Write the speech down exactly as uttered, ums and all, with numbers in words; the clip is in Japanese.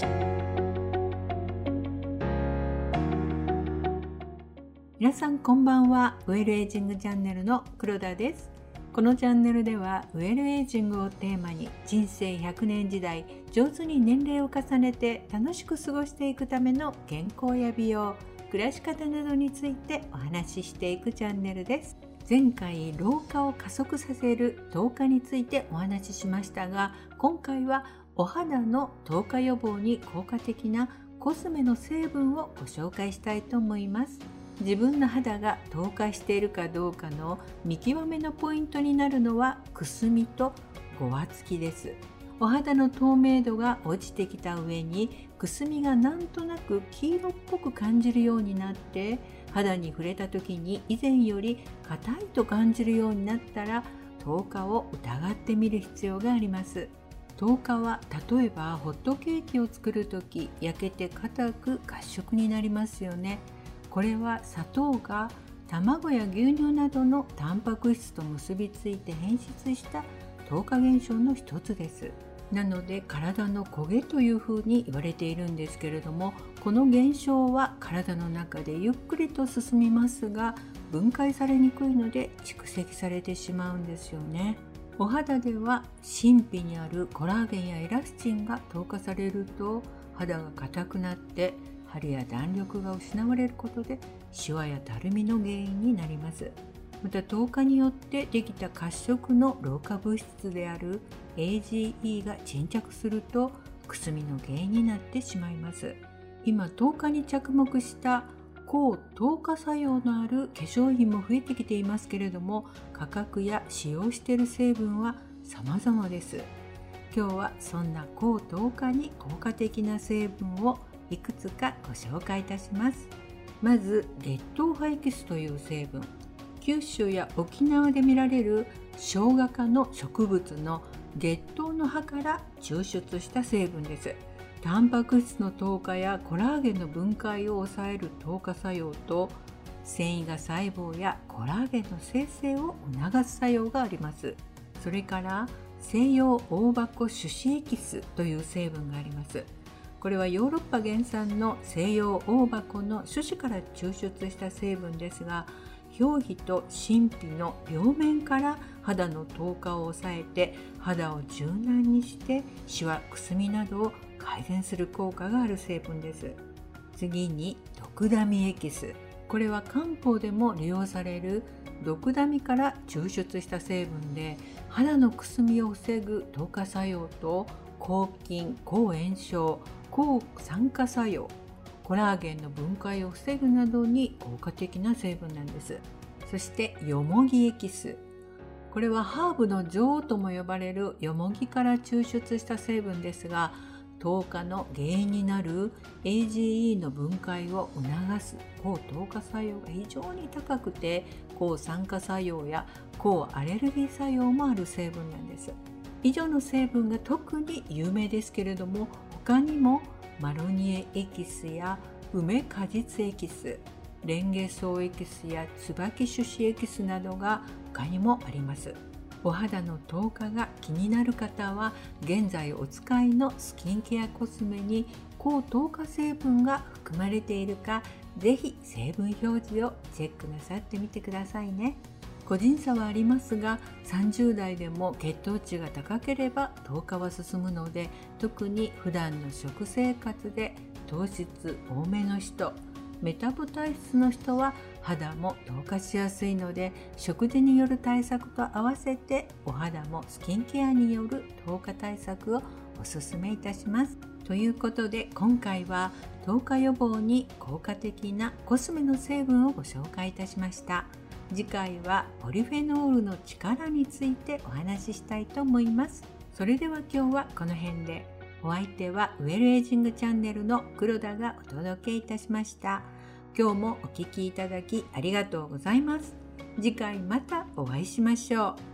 皆さんこんばんは。ウェルエイジングチャンネルの黒田です。このチャンネルではウェルエイジングをテーマに、人生ひゃくねん時代上手に年齢を重ねて楽しく過ごしていくための健康や美容、暮らし方などについてお話ししていくチャンネルです。前回老化を加速させる糖化についてお話ししましたが、今回はお肌の糖化予防に効果的なコスメの成分をご紹介したいと思います。自分の肌が糖化しているかどうかの見極めのポイントになるのはくすみとごわつきです。お肌の透明度が落ちてきた上にくすみがなんとなく黄色っぽく感じるようになって、肌に触れた時に以前より硬いと感じるようになったら、糖化を疑ってみる必要があります。糖化は例えばホットケーキを作る時、焼けて硬く褐色になりますよね。これは砂糖が卵や牛乳などのタンパク質と結びついて変質した糖化現象の一つです。なので体の焦げというふうに言われているんですけれども、この現象は体の中でゆっくりと進みますが、分解されにくいので蓄積されてしまうんですよね。お肌では真皮にあるコラーゲンやエラスチンが糖化されると、肌が硬くなって張りや弾力が失われることでシワやたるみの原因になります。また糖化によってできた褐色の老化物質である エージーイー が沈着するとくすみの原因になってしまいます。今糖化に着目した抗糖化作用のある化粧品も増えてきていますけれども、価格や使用している成分は様々です。今日はそんな抗糖化に効果的な成分をいくつかご紹介いたします。まず月桃葉エキスという成分、九州や沖縄で見られる生姜科の植物の月桃の葉から抽出した成分です。タンパク質の糖化やコラーゲンの分解を抑える糖化作用と、繊維が細胞やコラーゲンの生成を促す作用があります。それから西洋大箱種子エキスという成分があります。これはヨーロッパ原産の西洋大箱の種子から抽出した成分ですが、表皮と真皮の両面から肌の糖化を抑えて、肌を柔軟にしてシワ、くすみなどを改善する効果がある成分です。次にドクダミエキス、これは漢方でも利用されるドクダミから抽出した成分で、肌のくすみを防ぐ糖化作用と抗菌、抗炎症、抗酸化作用、コラーゲンの分解を防ぐなどに効果的な成分なんです。そしてヨモギエキス、これはハーブの女王とも呼ばれるヨモギから抽出した成分ですが、糖化の原因になる エージーイー の分解を促す抗糖化作用が非常に高くて、抗酸化作用や抗アレルギー作用もある成分なんです。以上の成分が特に有名ですけれども、他にもマロニエエキスや梅果実エキス、レンゲソウエキスや椿種子エキスなどが他にもあります。お肌の糖化が気になる方は、現在お使いのスキンケアコスメに抗糖化成分が含まれているか、ぜひ成分表示をチェックなさってみてくださいね。個人差はありますが、さんじゅう代でも血糖値が高ければ糖化は進むので、特に普段の食生活で糖質多めの人、メタボ体質の人は肌も糖化しやすいので、食事による対策と合わせてお肌もスキンケアによる糖化対策をおすすめいたします。ということで、今回は糖化予防に効果的なコスメの成分をご紹介いたしました。次回はポリフェノールの力についてお話ししたいと思います。それでは今日はこの辺で。お相手はウェルエイジングチャンネルの黒田がお届けいたしました。今日もお聞きいただきありがとうございます。次回またお会いしましょう。